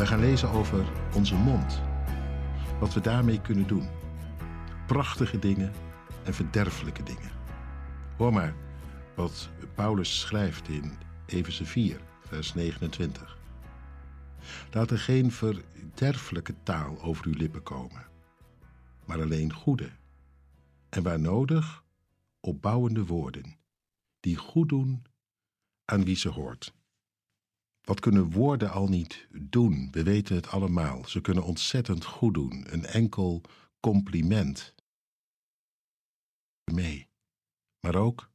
Wij gaan lezen over onze mond. Wat we daarmee kunnen doen. Prachtige dingen en verderfelijke dingen. Hoor maar wat Paulus schrijft in Efeze 4, vers 29. Laat er geen verderfelijke taal over uw lippen komen, maar alleen goede. En waar nodig, opbouwende woorden, die goed doen aan wie ze hoort. Wat kunnen woorden al niet doen? We weten het allemaal. Ze kunnen ontzettend goed doen. Een enkel compliment. Mee. Maar ook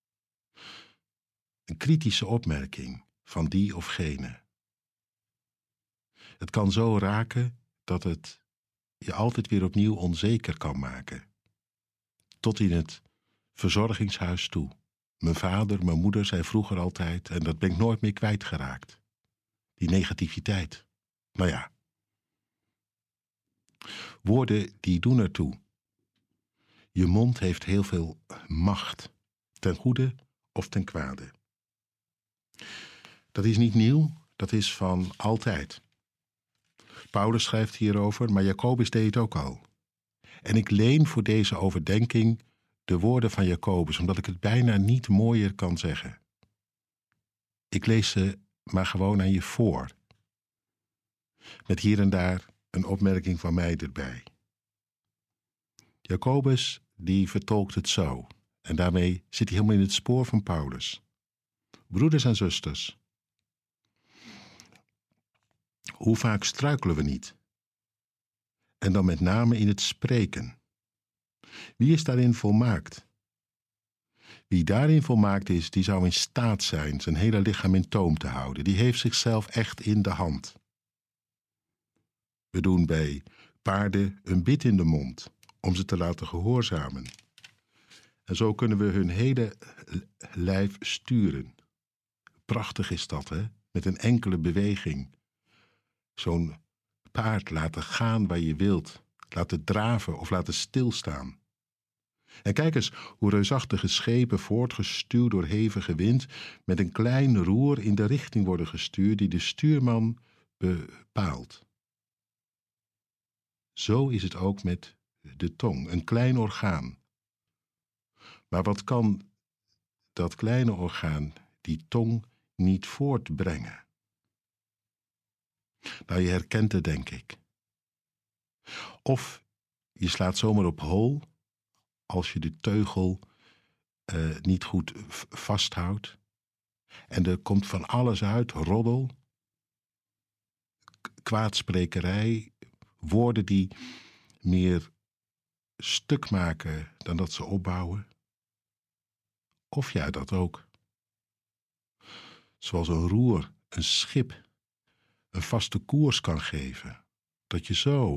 een kritische opmerking van die of gene. Het kan zo raken dat het je altijd weer opnieuw onzeker kan maken. Tot in het verzorgingshuis toe. Mijn vader, mijn moeder zei vroeger altijd, en dat ben ik nooit meer kwijtgeraakt. Die negativiteit. Nou ja. Woorden die doen ertoe. Je mond heeft heel veel macht. Ten goede of ten kwade. Dat is niet nieuw, dat is van altijd. Paulus schrijft hierover, maar Jacobus deed het ook al. En ik leen voor deze overdenking de woorden van Jacobus, omdat ik het bijna niet mooier kan zeggen. Ik lees ze maar gewoon aan je voor. Met hier en daar een opmerking van mij erbij. Jacobus, die vertolkt het zo. En daarmee zit hij helemaal in het spoor van Paulus. Broeders en zusters. Hoe vaak struikelen we niet? En dan met name in het spreken. Wie is daarin volmaakt? Wie daarin volmaakt is, die zou in staat zijn zijn hele lichaam in toom te houden. Die heeft zichzelf echt in de hand. We doen bij paarden een bit in de mond om ze te laten gehoorzamen. En zo kunnen we hun hele lijf sturen. Prachtig is dat, hè? Met een enkele beweging. Zo'n paard laten gaan waar je wilt. Laten draven of laten stilstaan. En kijk eens hoe reusachtige schepen voortgestuwd door hevige wind met een klein roer in de richting worden gestuurd die de stuurman bepaalt. Zo is het ook met de tong, een klein orgaan. Maar wat kan dat kleine orgaan, die tong, niet voortbrengen? Nou, je herkent het, denk ik. Of je slaat zomaar op hol als je de teugel niet goed vasthoudt. En er komt van alles uit, roddel, kwaadsprekerij, woorden die meer stuk maken dan dat ze opbouwen. Of ja, dat ook. Zoals een roer, een schip, een vaste koers kan geven. Dat je zo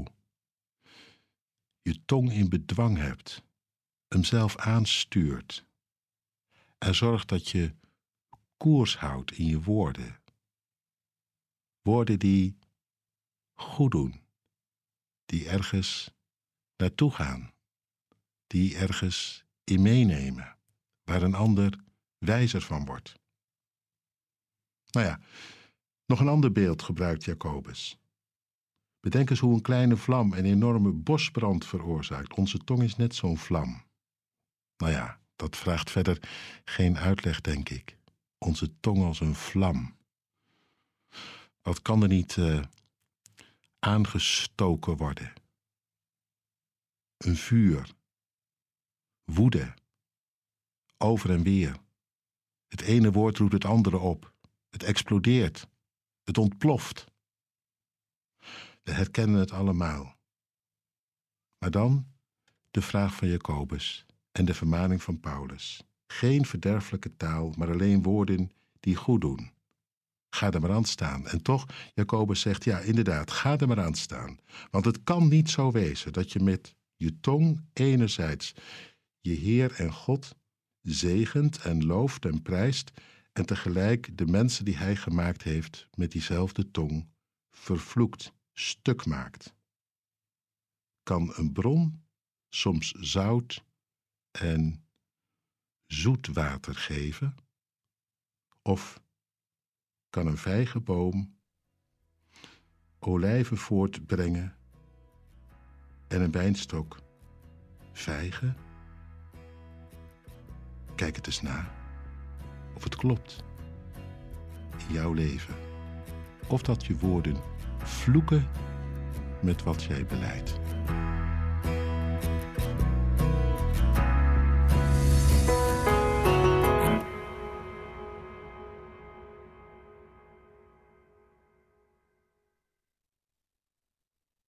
je tong in bedwang hebt, hem zelf aanstuurt en zorgt dat je koers houdt in je woorden. Woorden die goed doen, die ergens naartoe gaan, die ergens in meenemen, waar een ander wijzer van wordt. Nou ja, nog een ander beeld gebruikt Jacobus. Bedenk eens hoe een kleine vlam een enorme bosbrand veroorzaakt. Onze tong is net zo'n vlam. Nou ja, dat vraagt verder geen uitleg, denk ik. Onze tong als een vlam. Wat kan er niet aangestoken worden? Een vuur. Woede. Over en weer. Het ene woord roept het andere op. Het explodeert. Het ontploft. We herkennen het allemaal. Maar dan de vraag van Jacobus en de vermaning van Paulus. Geen verderfelijke taal, maar alleen woorden die goed doen. Ga er maar aan staan. En toch, Jacobus zegt, ja, inderdaad, ga er maar aan staan. Want het kan niet zo wezen dat je met je tong enerzijds je Heer en God zegent en looft en prijst en tegelijk de mensen die hij gemaakt heeft met diezelfde tong vervloekt, stuk maakt. Kan een bron soms zout en zoet water geven? Of kan een vijgenboom olijven voortbrengen en een wijnstok vijgen? Kijk het eens na of het klopt in jouw leven. Of dat je woorden vloeken met wat jij belijdt.